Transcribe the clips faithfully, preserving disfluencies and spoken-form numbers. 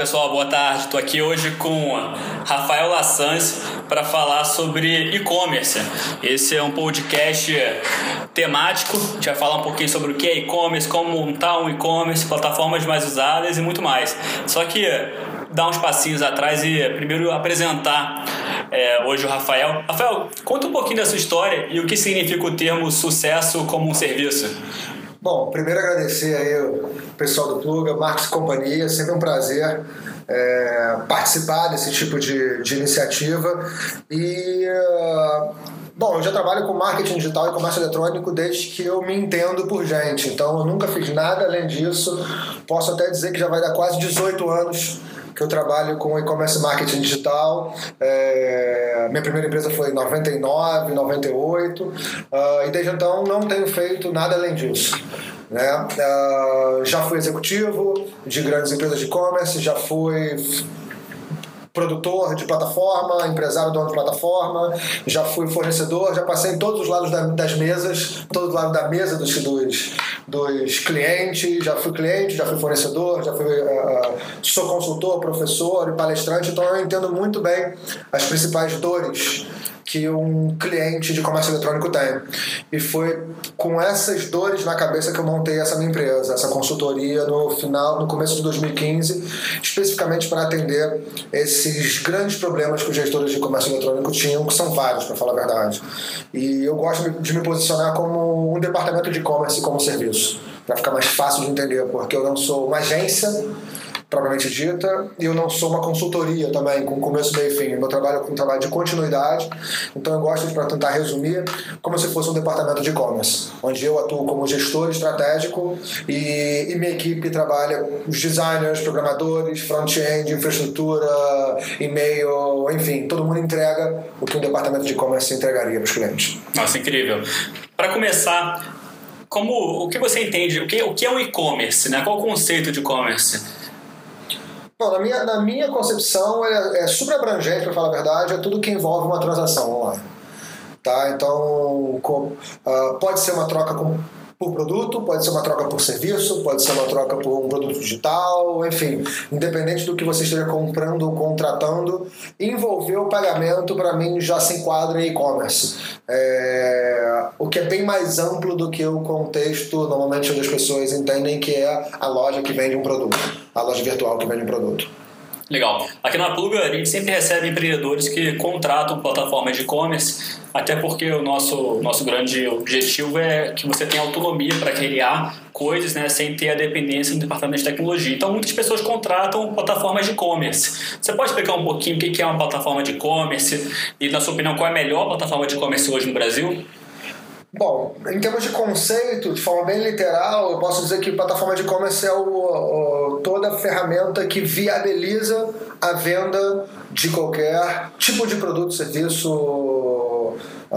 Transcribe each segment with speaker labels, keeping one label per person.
Speaker 1: pessoal, boa tarde. Estou aqui hoje com Rafael Lassance para falar sobre e-commerce. Esse é um podcast temático, a gente vai falar um pouquinho sobre o que é e-commerce, como montar um e-commerce, plataformas mais usadas e muito mais. Só que dar uns passinhos atrás e primeiro apresentar é, hoje o Rafael. Rafael, conta um pouquinho da sua história e o que significa o termo sucesso como um serviço.
Speaker 2: Bom, primeiro agradecer aí o pessoal do Pluga, Marcos e companhia, sempre um prazer é, participar desse tipo de, de iniciativa. E, uh, bom, eu já trabalho com marketing digital e comércio eletrônico desde que eu me entendo por gente, então eu nunca fiz nada além disso. Posso até dizer que já vai dar quase dezoito anos que eu trabalho com e-commerce marketing digital. É, minha primeira empresa foi em noventa e nove, noventa e oito, uh, e desde então não tenho feito nada além disso. Né? Uh, já fui executivo de grandes empresas de e-commerce, já fui produtor de plataforma, empresário dono de plataforma, já fui fornecedor, já passei em todos os lados das mesas, todos os lados da mesa dos, dos, dos clientes, já fui cliente, já fui fornecedor, já fui, uh, sou consultor, professor e palestrante, então eu entendo muito bem as principais dores que um cliente de comércio eletrônico tem. E foi com essas dores na cabeça que eu montei essa minha empresa, essa consultoria no final, no começo de dois mil e quinze, especificamente para atender esses grandes problemas que os gestores de comércio eletrônico tinham, que são vários, para falar a verdade. E eu gosto de me posicionar como um departamento de e-commerce como serviço, para ficar mais fácil de entender, porque eu não sou uma agência propriamente dita, e eu não sou uma consultoria também, com começo, meio e fim. Meu trabalho é um trabalho de continuidade, então eu gosto de, para tentar resumir, como se fosse um departamento de e-commerce, onde eu atuo como gestor estratégico e, e minha equipe trabalha os designers, programadores, front-end, infraestrutura, e-mail, enfim, todo mundo entrega o que um departamento de e-commerce entregaria para os clientes.
Speaker 1: Nossa, incrível. Para começar, como, o que você entende, o que, o que é um e-commerce, né? Qual o conceito de e-commerce?
Speaker 2: Bom, na minha, na minha concepção é, é super abrangente, para falar a verdade, é tudo que envolve uma transação online. Tá? Então, com, uh, pode ser uma troca com, por produto, pode ser uma troca por serviço, pode ser uma troca por um produto digital, enfim, independente do que você esteja comprando ou contratando, envolver o pagamento, para mim, já se enquadra em e-commerce. É, o que é bem mais amplo do que o contexto, normalmente, onde as pessoas entendem que é a loja que vende um produto, a loja virtual que vende um produto.
Speaker 1: Legal. Aqui na Pluga, a gente sempre recebe empreendedores que contratam plataformas de e-commerce, até porque o nosso, nosso grande objetivo é que você tenha autonomia para criar coisas, né, sem ter a dependência do departamento de tecnologia. Então, muitas pessoas contratam plataformas de e-commerce. Você pode explicar um pouquinho o que é uma plataforma de e-commerce e, na sua opinião, qual é a melhor plataforma de e-commerce hoje no Brasil?
Speaker 2: Bom, em termos de conceito, de forma bem literal, eu posso dizer que plataforma de e-commerce é o, o, toda a ferramenta que viabiliza a venda de qualquer tipo de produto, serviço. Uh,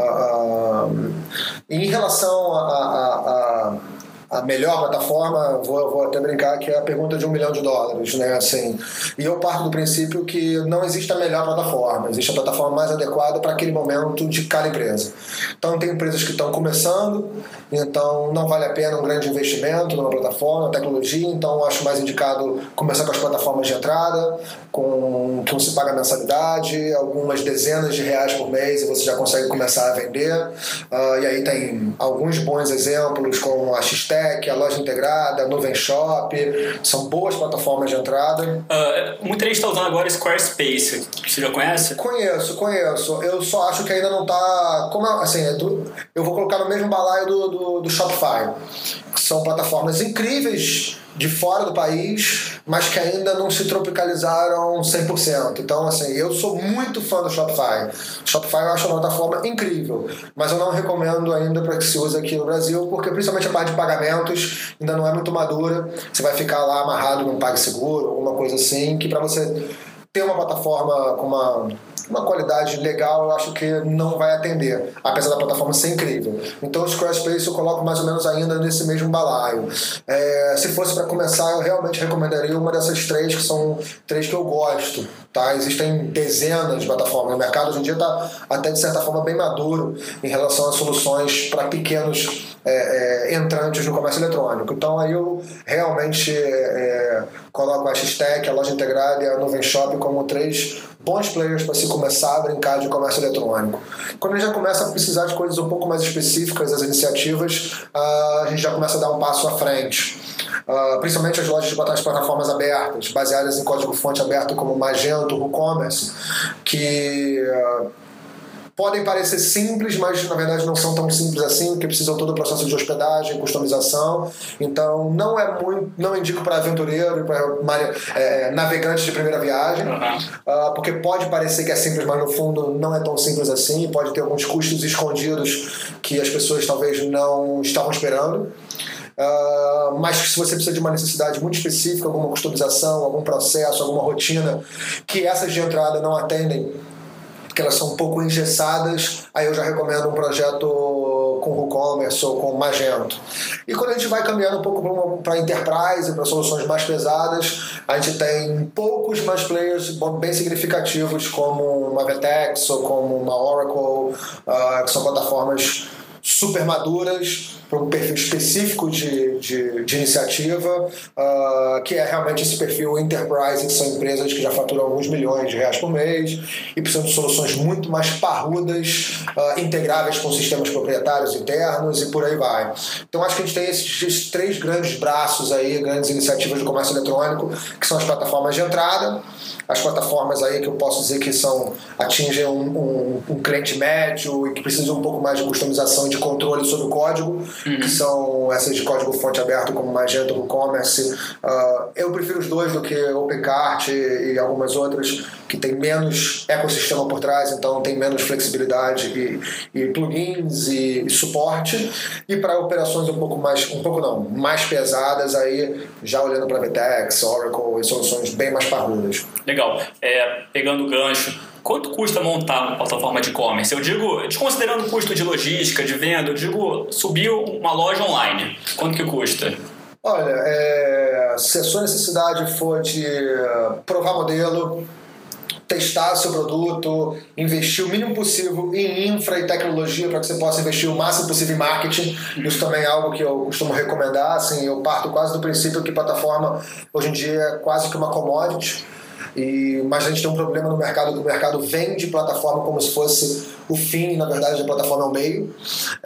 Speaker 2: uh, em relação a, a, a a melhor plataforma, vou, vou até brincar que é a pergunta de um milhão de dólares, né? Assim, e eu parto do princípio que não existe a melhor plataforma, existe a plataforma mais adequada para aquele momento de cada empresa. Então tem empresas que estão começando, então não vale a pena um grande investimento numa plataforma, tecnologia, então acho mais indicado começar com as plataformas de entrada, com que você paga mensalidade, algumas dezenas de reais por mês e você já consegue começar a vender. Uh, e aí tem alguns bons exemplos como a X-Tech, a Loja Integrada, a Nuvem Shop, são boas plataformas de entrada.
Speaker 1: Uh, muita gente está usando agora Squarespace, você já conhece?
Speaker 2: Conheço, conheço. Eu só acho que ainda não está... Como assim, eu vou colocar no mesmo balaio do, do, do Shopify. São plataformas incríveis de fora do país, mas que ainda não se tropicalizaram cem por cento. Então, assim, eu sou muito fã do Shopify. Shopify eu acho uma plataforma incrível, mas eu não recomendo ainda para que se use aqui no Brasil, porque principalmente a parte de pagamentos ainda não é muito madura. Você vai ficar lá amarrado num PagSeguro, alguma coisa assim, que para você ter uma plataforma com uma uma qualidade legal, eu acho que não vai atender, apesar da plataforma ser incrível. Então, o Squarespace eu coloco mais ou menos ainda nesse mesmo balaio. É, se fosse para começar, eu realmente recomendaria uma dessas três, que são três que eu gosto. Tá? Existem dezenas de plataformas. O mercado hoje em dia está até, de certa forma, bem maduro em relação a soluções para pequenos é, é, entrantes no comércio eletrônico. Então, aí eu realmente é, coloco a X-Tech, a Loja Integrada e a Nuvem Shop como três bons players para se começar a brincar de comércio eletrônico. Quando a gente já começa a precisar de coisas um pouco mais específicas, as iniciativas, a gente já começa a dar um passo à frente. Uh, principalmente as lojas de as plataformas abertas, baseadas em código-fonte aberto como Magento, WooCommerce, que uh, podem parecer simples, mas na verdade não são tão simples assim, porque precisam todo o processo de hospedagem, customização. Então não é muito, não indico para aventureiro e para é, navegantes de primeira viagem, uh, porque pode parecer que é simples, mas no fundo não é tão simples assim, pode ter alguns custos escondidos que as pessoas talvez não estavam esperando. Uh, mas se você precisa de uma necessidade muito específica, alguma customização, algum processo, alguma rotina, que essas de entrada não atendem, porque elas são um pouco engessadas, aí eu já recomendo um projeto com WooCommerce ou com Magento. E quando a gente vai caminhando um pouco para Enterprise, para soluções mais pesadas, a gente tem poucos mais players bem significativos, como uma Vetex ou como uma Oracle, uh, que são plataformas super maduras, para um perfil específico de, de, de iniciativa, uh, que é realmente esse perfil enterprise, que são empresas que já faturam alguns milhões de reais por mês e precisam de soluções muito mais parrudas, uh, integráveis com sistemas proprietários internos e por aí vai. Então acho que a gente tem esses, esses três grandes braços aí, grandes iniciativas de comércio eletrônico, que são as plataformas de entrada, as plataformas aí que eu posso dizer que são, atingem um, um, um cliente médio e que precisam um pouco mais de customização e de controle sobre o código, uhum. que são essas de código-fonte aberto como Magento, WooCommerce. Uh, eu prefiro os dois do que OpenCart e, e algumas outras que tem menos ecossistema por trás, então tem menos flexibilidade e, e plugins e, e suporte. E para operações um pouco mais, um pouco não, mais pesadas, aí já olhando para Vetex, Oracle e soluções bem mais parrudas.
Speaker 1: Legal. É, pegando o gancho, quanto custa montar uma plataforma de e-commerce? Eu digo, desconsiderando o custo de logística, de venda, eu digo subir uma loja online. Quanto que custa?
Speaker 2: Olha, é, se a sua necessidade for de provar modelo, testar seu produto, investir o mínimo possível em infra e tecnologia para que você possa investir o máximo possível em marketing. Isso também é algo que eu costumo recomendar. Assim, eu parto quase do princípio que plataforma hoje em dia é quase que uma commodity. E, mas a gente tem um problema no mercado, que o mercado vende plataforma como se fosse o fim, e na verdade a plataforma é o meio.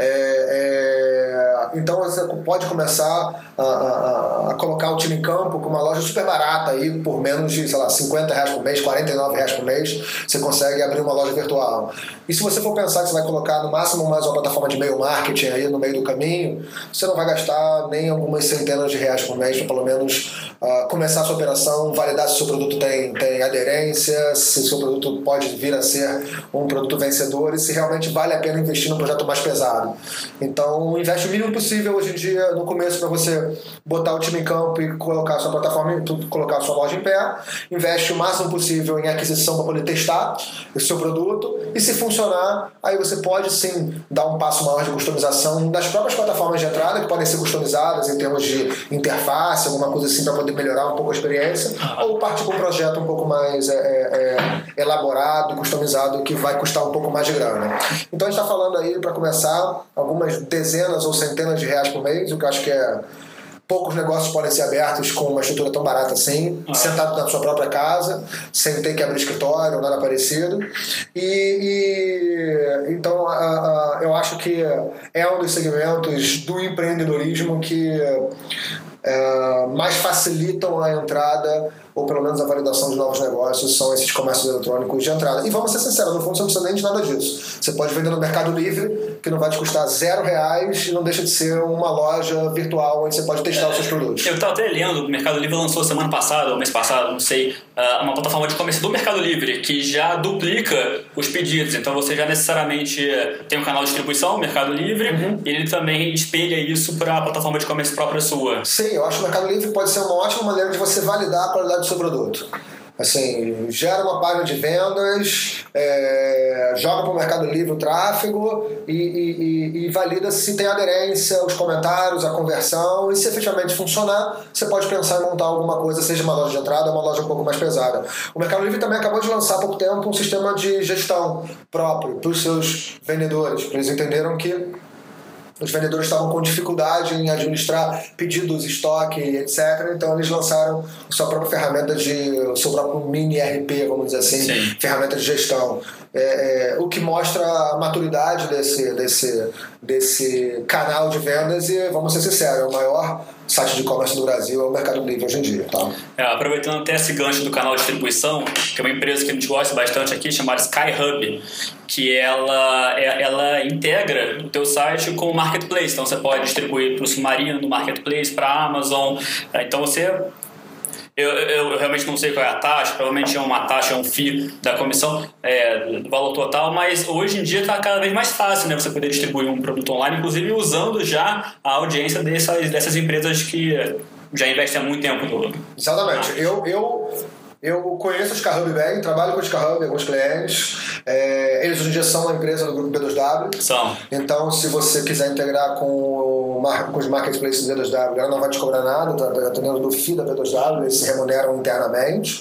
Speaker 2: É, é, então você pode começar a, a, a colocar o time em campo com uma loja super barata aí, por menos de, sei lá, cinquenta reais por mês, quarenta e nove reais por mês, você consegue abrir uma loja virtual. E se você for pensar que você vai colocar no máximo mais uma plataforma de e-mail marketing aí no meio do caminho, você não vai gastar nem algumas centenas de reais por mês para pelo menos uh, começar a sua operação, validar se o seu produto tem, tem aderência, se o seu produto pode vir a ser um produto vencedor e se realmente vale a pena investir num projeto mais pesado. Então, investe o mínimo possível hoje em dia no começo para você botar o time em campo e colocar a sua plataforma, colocar a sua loja em pé. Investe o máximo possível em aquisição para poder testar o seu produto e se funcionar, aí você pode sim dar um passo maior de customização das próprias plataformas de entrada, que podem ser customizadas em termos de interface, alguma coisa assim para poder melhorar um pouco a experiência, ou partir para um projeto um pouco mais é, é, elaborado, customizado, que vai custar um pouco mais de grana. Então a gente está falando aí, para começar, algumas dezenas ou centenas de reais por mês, o que eu acho que é... Poucos negócios podem ser abertos com uma estrutura tão barata assim, ah. sentado na sua própria casa, sem ter que abrir escritório ou nada parecido. E, e então a, a, eu acho que é um dos segmentos do empreendedorismo que é, mais facilitam a entrada, ou pelo menos a validação de novos negócios, são esses comércios eletrônicos de entrada. E vamos ser sinceros, no fundo você não precisa nem de nada disso. Você pode vender no Mercado Livre, que não vai te custar zero reais e não deixa de ser uma loja virtual onde você pode testar é, os seus produtos.
Speaker 1: Eu estava até lendo, o Mercado Livre lançou semana passada, ou mês passado, não sei, uma plataforma de e-commerce do Mercado Livre que já duplica os pedidos. Então você já necessariamente tem um canal de distribuição, o Mercado Livre, uhum. e ele também espelha isso para a plataforma de e-commerce própria sua.
Speaker 2: Sim, eu acho que o Mercado Livre pode ser uma ótima maneira de você validar a qualidade do seu produto. Assim, gera uma página de vendas, é, joga para o Mercado Livre o tráfego e, e, e valida se tem aderência, os comentários, a conversão, e se efetivamente funcionar, você pode pensar em montar alguma coisa, seja uma loja de entrada ou uma loja um pouco mais pesada. O Mercado Livre também acabou de lançar há pouco tempo um sistema de gestão próprio para os seus vendedores, porque eles entenderam que os vendedores estavam com dificuldade em administrar pedidos, estoque, etcétera. Então eles lançaram a sua própria ferramenta de, o seu próprio mini R P, vamos dizer assim,
Speaker 1: Sim.
Speaker 2: ferramenta de gestão. É, é, o que mostra a maturidade desse, desse, desse canal de vendas e, vamos ser sinceros, é o maior site de e-commerce do Brasil, é o Mercado Livre hoje em dia. Tá?
Speaker 1: É, aproveitando até esse gancho do canal de distribuição, que é uma empresa que a gente gosta bastante aqui, chamada SkyHub, que ela, ela integra o teu site com o Marketplace. Então você pode distribuir para o Submarino, no Marketplace, para a Amazon. Então você... Eu, eu, eu realmente não sei qual é a taxa, provavelmente é uma taxa, é um fee da comissão, é, do valor total, mas hoje em dia está cada vez mais fácil, né, você poder distribuir um produto online, inclusive usando já a audiência dessas, dessas empresas que já investem há muito tempo no...
Speaker 2: Exatamente. Ah. Eu... eu... Eu conheço o SkyHub bem, trabalho com o SkyHub, alguns clientes. É, eles hoje em dia são uma empresa do grupo B dois W.
Speaker 1: São.
Speaker 2: Então, se você quiser integrar com, o, com os marketplaces do B dois W, ela não vai te cobrar nada, está atendendo do F I I da B dois W, eles se remuneram internamente.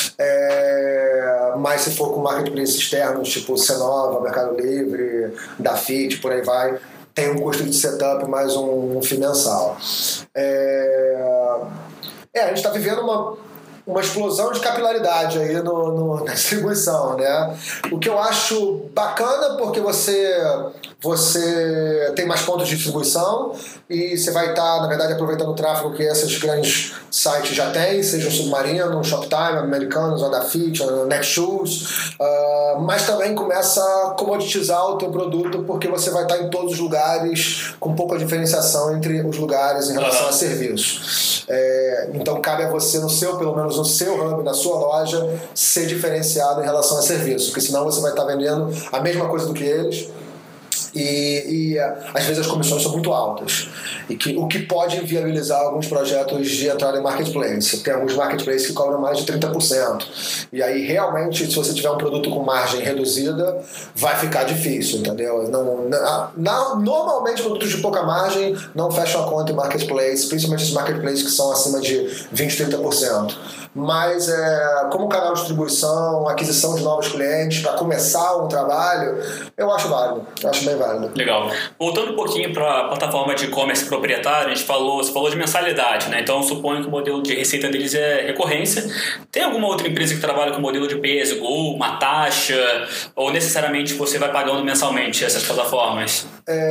Speaker 2: É, mas se for com marketplaces externos, tipo Cenova, Mercado Livre, Dafit, por aí vai, tem um custo de setup mais um, um F I I mensal. É, é, a gente está vivendo uma... uma explosão de capilaridade aí no, no, na distribuição, né? O que eu acho bacana porque você, você tem mais pontos de distribuição e você vai estar, na verdade, aproveitando o tráfego que esses grandes sites já têm, seja o Submarino, o Shoptime, Americanos, o Dafit, o Netshoes, uh, mas também começa a comoditizar o teu produto porque você vai estar em todos os lugares com pouca diferenciação entre os lugares em relação a serviços. É, então cabe a você, no seu, pelo menos no seu hub, na sua loja, ser diferenciado em relação a serviço, porque senão você vai estar vendendo a mesma coisa do que eles e, e às vezes as comissões são muito altas, e que, o que pode inviabilizar alguns projetos de entrada em marketplace. Tem alguns marketplaces que cobram mais de trinta por cento, e aí realmente, se você tiver um produto com margem reduzida, vai ficar difícil, entendeu? Não, não, normalmente produtos de pouca margem não fecham a conta em marketplace, principalmente os marketplaces que são acima de vinte, trinta por cento. Mas é, como canal de distribuição, aquisição de novos clientes para começar um trabalho, eu acho válido, eu acho bem válido.
Speaker 1: Legal. Voltando um pouquinho para a plataforma de e-commerce proprietário, a gente falou, você falou de mensalidade, né? Então eu suponho que o modelo de receita deles é recorrência. Tem alguma outra empresa que trabalha com modelo de pay as you go, uma taxa, ou necessariamente você vai pagando mensalmente essas plataformas?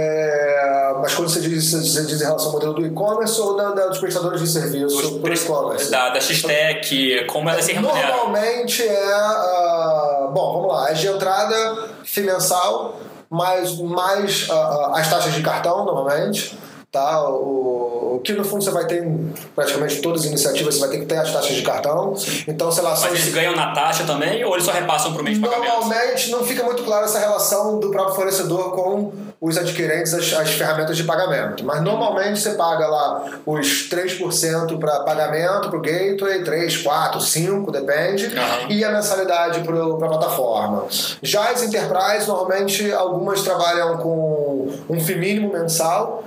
Speaker 2: É, mas quando você diz, você diz em relação ao modelo do e-commerce ou da, da, dos prestadores de serviço por e-commerce?
Speaker 1: Da, da X-Tech, como ela se remunera?
Speaker 2: Normalmente é... Uh, bom, vamos lá. É de entrada F I I mensal, mais, mais uh, as taxas de cartão, normalmente. Tá? O, o que no fundo você vai ter em praticamente todas as iniciativas, você vai ter que ter as taxas de cartão. Então, sei lá,
Speaker 1: mas eles
Speaker 2: são...
Speaker 1: ganham na taxa também ou eles só repassam para o mês de pagamento?
Speaker 2: Normalmente não fica muito claro essa relação do próprio fornecedor com os adquirentes, as, as ferramentas de pagamento. Mas normalmente você paga lá os três por cento para pagamento, para o gateway, três, quatro, cinco, depende, uhum. E a mensalidade para a plataforma. Já as enterprise, normalmente algumas trabalham com um F I I mínimo mensal,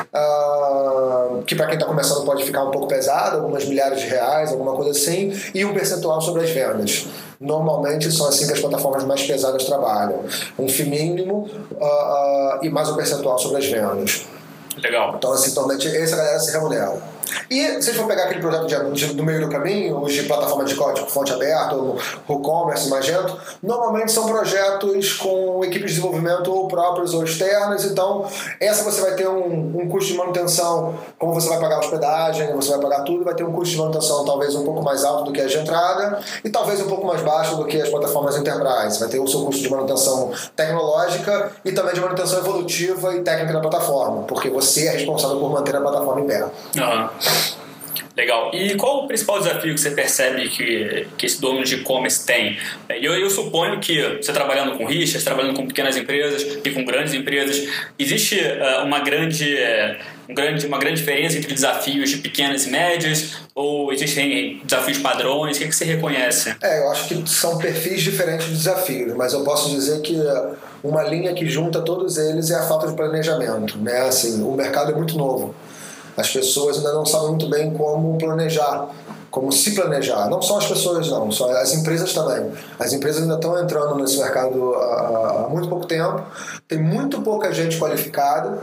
Speaker 2: Uh, que para quem está começando pode ficar um pouco pesado, algumas milhares de reais, alguma coisa assim, e um percentual sobre as vendas. Normalmente são assim que as plataformas mais pesadas trabalham, um F I I mínimo uh, uh, e mais um percentual sobre as vendas.
Speaker 1: Legal.
Speaker 2: Então assim, normalmente essa galera se remunera. E se a gente for pegar aquele projeto de, de, do meio do caminho, os de plataforma de código, fonte aberta, ou WooCommerce, Magento, normalmente são projetos com equipes de desenvolvimento ou próprios ou externas. Então essa você vai ter um, um custo de manutenção, como você vai pagar a hospedagem, você vai pagar tudo, vai ter um custo de manutenção talvez um pouco mais alto do que as de entrada e talvez um pouco mais baixo do que as plataformas enterprise. Vai ter o seu custo de manutenção tecnológica e também de manutenção evolutiva e técnica da plataforma, porque você é responsável por manter a plataforma em pé.
Speaker 1: Uhum. Legal. E qual o principal desafio que você percebe que, que esse dono de e-commerce tem? Eu, eu suponho que você trabalhando com rixas, trabalhando com pequenas empresas e com grandes empresas, existe uh, uma, grande, um grande, uma grande diferença entre desafios de pequenas e médias, ou existem desafios padrões? O que, é que você reconhece?
Speaker 2: É, eu acho que são perfis diferentes de desafios, mas eu posso dizer que uma linha que junta todos eles é a falta de planejamento, né? Assim, o mercado é muito novo. As pessoas ainda não sabem muito bem como planejar, como se planejar. Não só as pessoas, não, só as empresas também. As empresas ainda estão entrando nesse mercado há, há muito pouco tempo, tem muito pouca gente qualificada.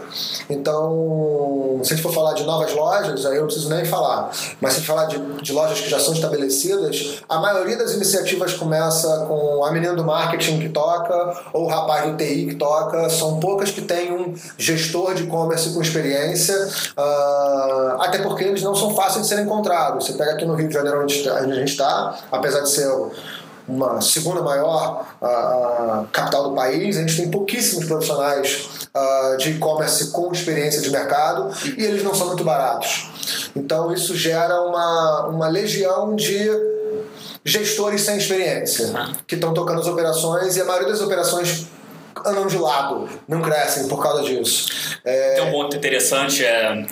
Speaker 2: Então, se a gente for falar de novas lojas, aí eu não preciso nem falar, mas se a gente falar de, de lojas que já são estabelecidas, a maioria das iniciativas começa com a menina do marketing que toca, ou o rapaz do T I que toca. São poucas que têm um gestor de e-commerce com experiência, uh, até porque eles não são fáceis de serem encontrados. Você pega aqui no Rio de Janeiro, onde a gente está, apesar de ser uma segunda maior uh, capital do país, a gente tem pouquíssimos profissionais uh, de e-commerce com experiência de mercado, e eles não são muito baratos. Então isso gera uma, uma legião de gestores sem experiência que estão tocando as operações, e a maioria das operações andam de lado, não crescem por causa disso.
Speaker 1: É... Tem um ponto interessante, é...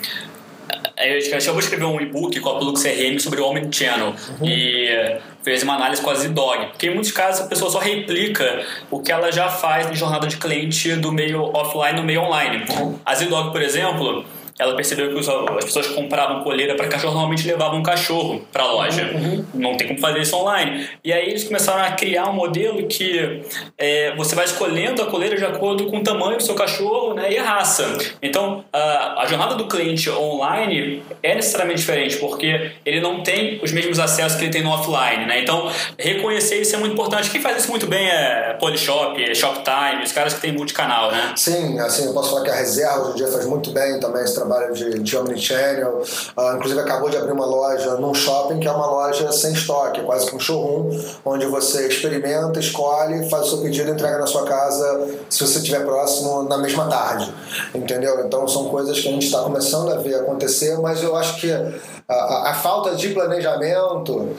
Speaker 1: eu vou escrever um e-book com a Plug C R M sobre o Omnichannel, uhum. e fez uma análise com a Z-Dog, porque em muitos casos a pessoa só replica o que ela já faz em jornada de cliente do meio offline no meio online. Uhum. A Z-Dog, por exemplo, ela percebeu que as pessoas que compravam coleira para cachorro normalmente levavam um cachorro para a loja. Uhum. Não tem como fazer isso online. E aí eles começaram a criar um modelo que é, você vai escolhendo a coleira de acordo com o tamanho do seu cachorro, né, e a raça. Então, a, a jornada do cliente online é necessariamente diferente, porque ele não tem os mesmos acessos que ele tem no offline, né? Então, reconhecer isso é muito importante. Quem faz isso muito bem é Polishop, é Shoptime, os caras que tem multicanal, né?
Speaker 2: Sim, assim, eu posso falar que a Reserva hoje em dia faz muito bem também esse trabalho de, de Omnichannel. Uh, inclusive acabou de abrir uma loja num shopping que é uma loja sem estoque, é quase que um showroom, onde você experimenta, escolhe, faz o seu pedido e entrega na sua casa, se você estiver próximo, na mesma tarde, entendeu? Então são coisas que a gente está começando a ver acontecer, mas eu acho que a, a, a falta de planejamento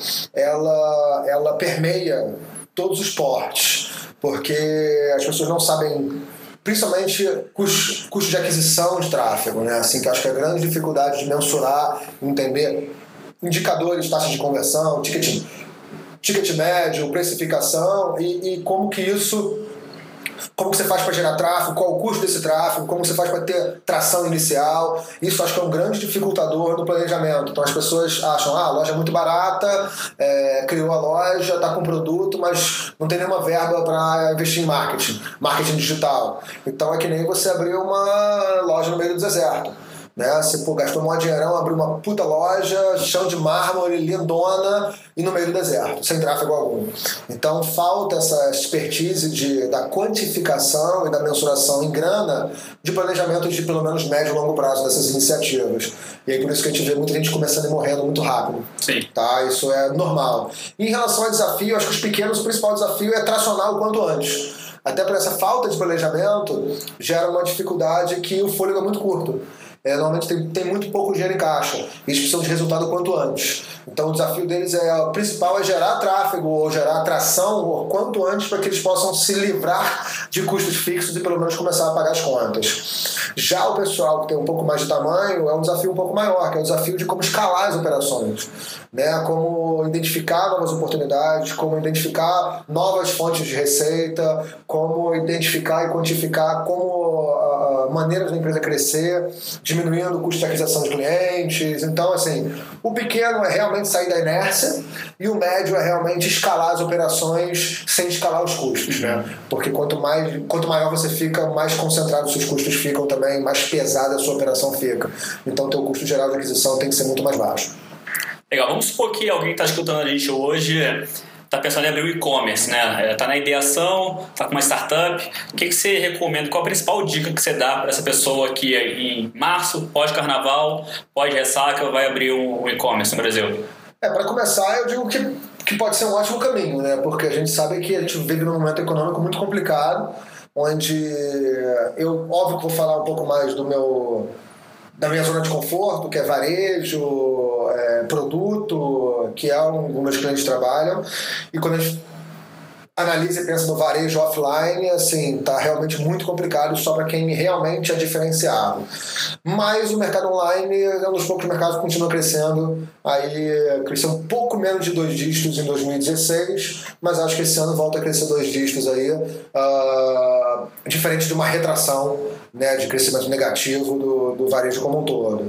Speaker 2: ela, ela permeia todos os portes, porque as pessoas não sabem, principalmente custo, custo de aquisição de tráfego, né? Assim, que eu acho que é a grande dificuldade de mensurar, entender indicadores, taxa de conversão, ticket, ticket médio, precificação, e, e como que isso, como que você faz para gerar tráfego, qual o custo desse tráfego, como você faz para ter tração inicial. Isso acho que é um grande dificultador do planejamento. Então as pessoas acham, ah, a loja é muito barata, é, criou a loja, está com produto, mas não tem nenhuma verba para investir em marketing, marketing digital. Então é que nem você abrir uma loja no meio do deserto, né? Você pô, gastou um dinheirão, abriu uma puta loja, chão de mármore, lindona, e no meio do deserto, sem tráfego algum. Então falta essa expertise de, da quantificação e da mensuração em grana de planejamento de pelo menos médio e longo prazo dessas iniciativas. E aí por isso que a gente vê muita gente começando e morrendo muito rápido.
Speaker 1: Sim.
Speaker 2: Tá? Isso é normal. E em relação ao desafio, acho que os pequenos, o principal desafio é tracionar o quanto antes. Até por essa falta de planejamento gera uma dificuldade que o fôlego é muito curto. É, normalmente tem, tem muito pouco dinheiro em caixa, e eles precisam de resultado quanto antes. Então o desafio deles é, o principal é gerar tráfego ou gerar atração o quanto antes, para que eles possam se livrar de custos fixos e pelo menos começar a pagar as contas. Já o pessoal que tem um pouco mais de tamanho é um desafio um pouco maior, que é o desafio de como escalar as operações, né? Como identificar novas oportunidades, como identificar novas fontes de receita, como identificar e quantificar como a maneira da empresa crescer, diminuindo o custo de aquisição de clientes. Então, assim, o pequeno é realmente sair da inércia, e o médio é realmente escalar as operações sem escalar os custos, né? Porque quanto, mais, quanto maior você fica, mais concentrados os seus custos ficam também, mais pesada a sua operação fica. Então, o teu custo geral de aquisição tem que ser muito mais baixo.
Speaker 1: Legal, vamos supor que alguém está escutando a gente hoje, está pensando em abrir o e-commerce, né? Está na ideação, está com uma startup. O que, que você recomenda? Qual a principal dica que você dá para essa pessoa que em março, pós-carnaval, pós-ressaca, vai abrir um e-commerce no Brasil?
Speaker 2: É, para começar, eu digo que, que pode ser um ótimo caminho, né? Porque a gente sabe que a gente vive num momento econômico muito complicado, onde eu, óbvio que vou falar um pouco mais do meu... da minha zona de conforto, que é varejo, é, produto, que é onde meus clientes trabalham. E quando a gente analisa e pensa no varejo offline, assim, tá realmente muito complicado só para quem realmente é diferenciado. Mas o mercado online é um dos poucos mercados que continua crescendo. Aí cresceu um pouco menos de dois dígitos em dois mil e dezesseis, mas acho que esse ano volta a crescer dois dígitos aí, uh, diferente de uma retração, né, de crescimento negativo do, do varejo como um todo.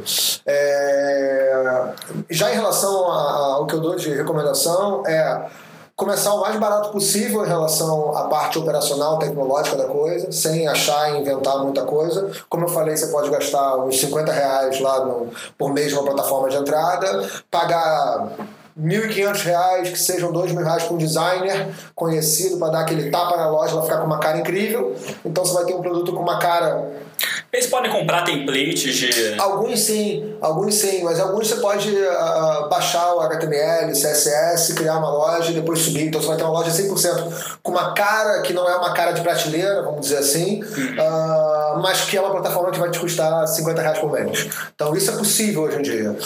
Speaker 2: É, já em relação ao que eu dou de recomendação, é começar o mais barato possível em relação à parte operacional, tecnológica da coisa, sem achar e inventar muita coisa. Como eu falei, você pode gastar uns cinquenta reais lá no, por mês numa plataforma de entrada, pagar mil e quinhentos reais, que sejam dois mil reais para um designer conhecido para dar aquele tapa na loja, ela ficar com uma cara incrível. Então você vai ter um produto com uma cara...
Speaker 1: Eles podem comprar templates de...
Speaker 2: Alguns sim, alguns sim, mas alguns você pode uh, baixar o H T M L, C S S, criar uma loja e depois subir. Então você vai ter uma loja cem por cento com uma cara que não é uma cara de prateleira, vamos dizer assim, hum. uh, mas que é uma plataforma que vai te custar cinquenta reais por mês. Então isso é possível hoje em dia.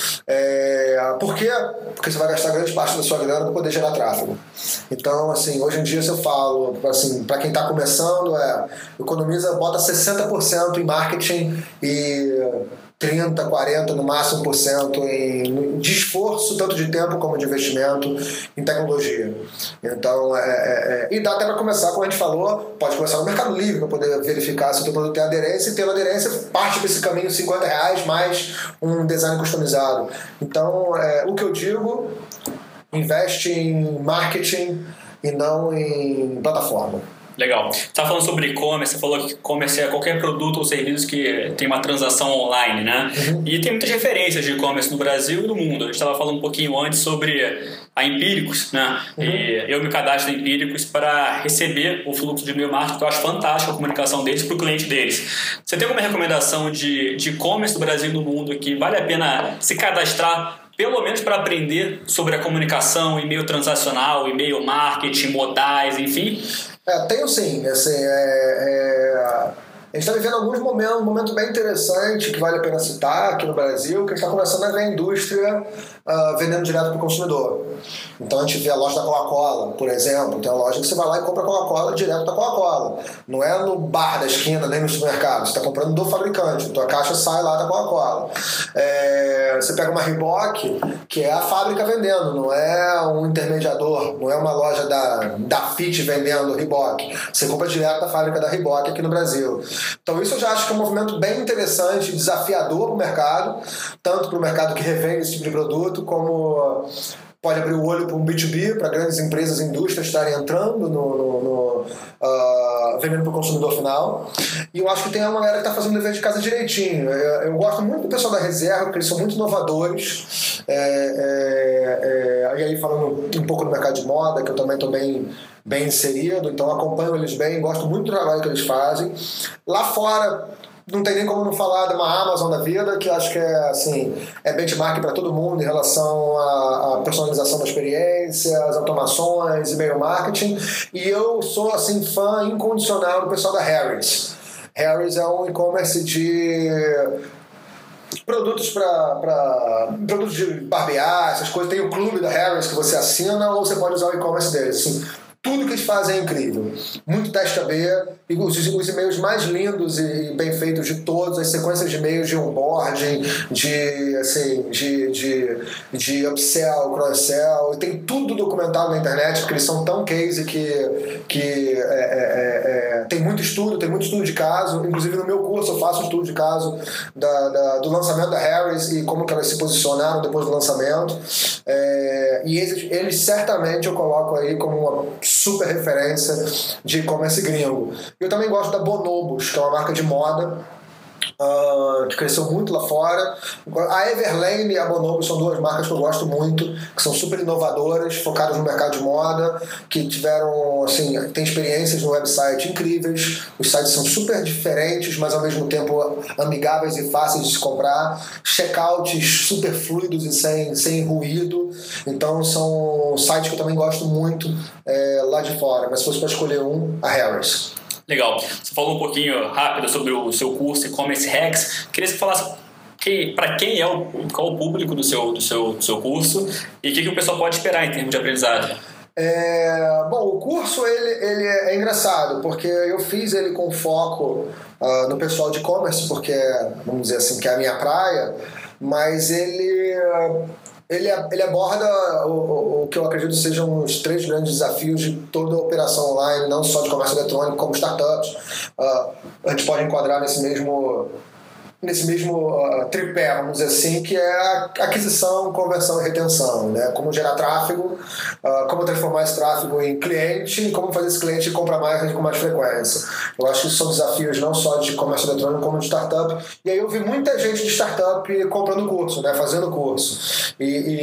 Speaker 2: É, por quê? Porque você vai gastar grande parte da sua grana para poder gerar tráfego. Então, assim, hoje em dia, se eu falo, assim, para quem está começando, é economiza, bota sessenta por cento em marketing e trinta, quarenta no máximo por cento em, de esforço, tanto de tempo como de investimento em tecnologia. Então, é, é, é, e dá até para começar, como a gente falou, pode começar no Mercado Livre para poder verificar se o teu produto tem aderência, e tendo aderência, parte desse caminho cinquenta reais mais um design customizado. Então, é, o que eu digo, investe em marketing e não em plataforma.
Speaker 1: Legal. Você estava falando sobre e-commerce, você falou que e-commerce é qualquer produto ou serviço que tem uma transação online, né? Uhum. E tem muitas referências de e-commerce no Brasil e no mundo. A gente estava falando um pouquinho antes sobre a Empíricos, né? Uhum. E eu me cadastro na Empíricos para receber o fluxo de e-mail marketing, que eu acho fantástico a comunicação deles para o cliente deles. Você tem alguma recomendação de, de e-commerce do Brasil e do mundo que vale a pena se cadastrar, pelo menos para aprender sobre a comunicação, e-mail transacional, e-mail marketing, modais, enfim?
Speaker 2: É, tenho sim. Assim, é, é, a gente está vivendo alguns momentos, um momento bem interessante que vale a pena citar aqui no Brasil, que a gente está começando a ver a indústria uh, vendendo direto para o consumidor. Então a gente vê a loja da Coca-Cola, por exemplo, tem uma loja que você vai lá e compra a Coca-Cola direto da Coca-Cola. Não é no bar da esquina, nem no supermercado, você está comprando do fabricante, a tua caixa sai lá da Coca-Cola. É, você pega uma Reebok, que é a fábrica vendendo, não é um intermediador, não é uma loja da, da Fit vendendo Reebok. Você compra direto da fábrica da Reebok aqui no Brasil. Então isso eu já acho que é um movimento bem interessante, desafiador para o mercado, tanto para o mercado que revende esse tipo de produto, como pode abrir o olho para um B dois B, para grandes empresas e indústrias estarem entrando no, no, no uh, vendendo para o consumidor final. E eu acho que tem uma galera que está fazendo o dever de casa direitinho. Eu, eu gosto muito do pessoal da Reserva, porque eles são muito inovadores. É, é, é, e aí falando um pouco do mercado de moda, que eu também estou bem, bem inserido, então acompanho eles bem, gosto muito do trabalho que eles fazem. Lá fora, não tem nem como não falar de uma Amazon da vida, que acho que é, assim, é benchmark para todo mundo em relação à, à personalização da experiência, as automações, e-mail marketing. E eu sou assim, fã incondicional do pessoal da Harry's. Harry's é um e-commerce de produtos para produtos de barbear, essas coisas. Tem o clube da Harry's que você assina, ou você pode usar o e-commerce deles. Assim, tudo que eles fazem é incrível. Muito teste A B, e os, os e-mails mais lindos e bem feitos de todos, as sequências de e-mails de onboarding, de, assim, de, de, de upsell, cross-sell, tem tudo documentado na internet, porque eles são tão case que, que é, é, é, tem muito estudo, tem muito estudo de caso. Inclusive no meu curso eu faço um estudo de caso da, da, do lançamento da Harry's e como que elas se posicionaram depois do lançamento. É, e eles, eles certamente eu coloco aí como uma super referência de e-commerce gringo. Eu também gosto da Bonobos, que é uma marca de moda uh, que cresceu muito lá fora. A Everlane e a Bonobos são duas marcas que eu gosto muito, que são super inovadoras, focadas no mercado de moda, que tiveram, assim, tem experiências no website incríveis. Os sites são super diferentes, mas ao mesmo tempo amigáveis e fáceis de se comprar. Checkouts super fluidos e sem, sem ruído. Então são sites que eu também gosto muito é, lá de fora. Mas se fosse para escolher um, a Harry's.
Speaker 1: Legal. Você falou um pouquinho rápido sobre o seu curso E-Commerce Hacks. Queria que você falasse que, para quem é o, qual o público do seu, do seu, do seu curso e o que, que o pessoal pode esperar em termos de aprendizagem?
Speaker 2: É, bom, o curso ele, ele é engraçado, porque eu fiz ele com foco uh, no pessoal de e-commerce, porque, vamos dizer assim, que é a minha praia, mas ele, ele, ele aborda o, o que eu acredito sejam os três grandes desafios de toda a operação online, não só de comércio eletrônico, como startups. Uh, a gente pode enquadrar nesse mesmo... nesse mesmo uh, tripé, vamos dizer assim, que é a aquisição, conversão e retenção, né? Como gerar tráfego, uh, como transformar esse tráfego em cliente e como fazer esse cliente comprar mais com mais frequência. Eu acho que isso são desafios não só de comércio eletrônico como de startup. E aí eu vi muita gente de startup comprando curso, né? Fazendo curso. E, e,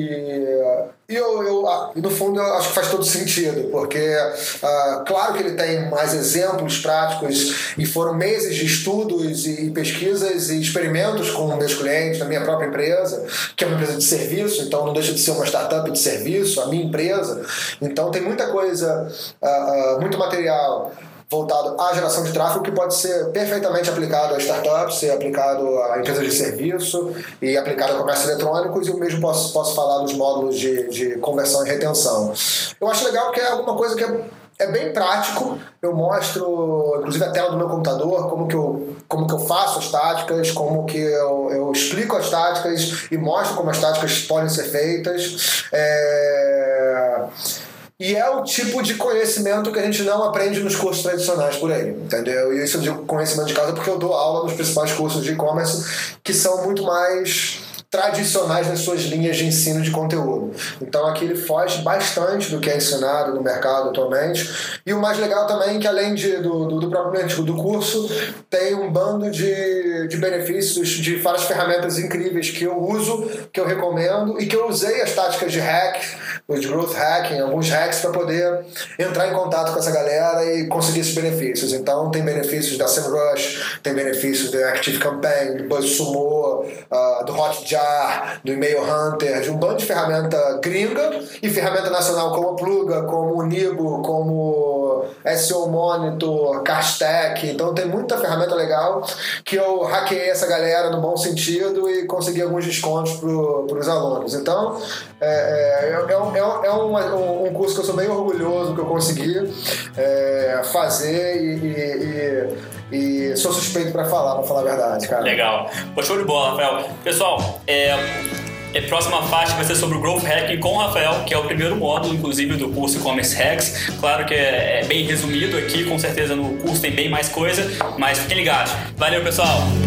Speaker 2: e, e eu, eu, no fundo, eu acho que faz todo sentido, porque uh, claro que ele tem mais exemplos práticos e foram meses de estudos e pesquisas e experimentos com meus clientes, na minha própria empresa, que é uma empresa de serviço, então não deixa de ser uma startup de serviço, a minha empresa. Então tem muita coisa, uh, uh, muito material voltado à geração de tráfego que pode ser perfeitamente aplicado a startups, ser aplicado a empresas de serviço e aplicado a comércio eletrônicos, e eu mesmo posso, posso falar dos módulos de, de conversão e retenção. Eu acho legal que é alguma coisa que é, é bem prático. Eu mostro, inclusive a tela do meu computador, como que eu, como que eu faço as táticas, como que eu, eu explico as táticas e mostro como as táticas podem ser feitas. É... E é o tipo de conhecimento que a gente não aprende nos cursos tradicionais por aí, entendeu? E isso eu digo conhecimento de causa porque eu dou aula nos principais cursos de e-commerce que são muito mais tradicionais nas suas linhas de ensino de conteúdo. Então aqui ele foge bastante do que é ensinado no mercado atualmente. E o mais legal também é que, além de, do, do, do próprio do curso, tem um bando de, de benefícios, de várias ferramentas incríveis que eu uso, que eu recomendo e que eu usei as táticas de hack, os growth hacking, alguns hacks para poder entrar em contato com essa galera e conseguir esses benefícios. Então tem benefícios da SEMrush, tem benefícios do Active Campaign, do BuzzSumo, uh, do Hotjar, do Email Hunter, de um bando de ferramenta gringa e ferramenta nacional como a Pluga, como o Nibo, como S E O Monitor, Castack. Então tem muita ferramenta legal que eu hackeei essa galera no bom sentido e consegui alguns descontos para os alunos. Então é, é, é, um, é um, um curso que eu sou bem orgulhoso que eu consegui é, fazer e, e, e sou suspeito para falar, para falar a verdade, cara.
Speaker 1: Legal. Pô, show de bola, Rafael. Pessoal, é... A próxima faixa vai ser sobre o Growth Hacking com o Rafael, que é o primeiro módulo, inclusive, do curso E-Commerce Hacks. Claro que é, é bem resumido aqui, com certeza no curso tem bem mais coisa, mas fiquem ligados. Valeu, pessoal!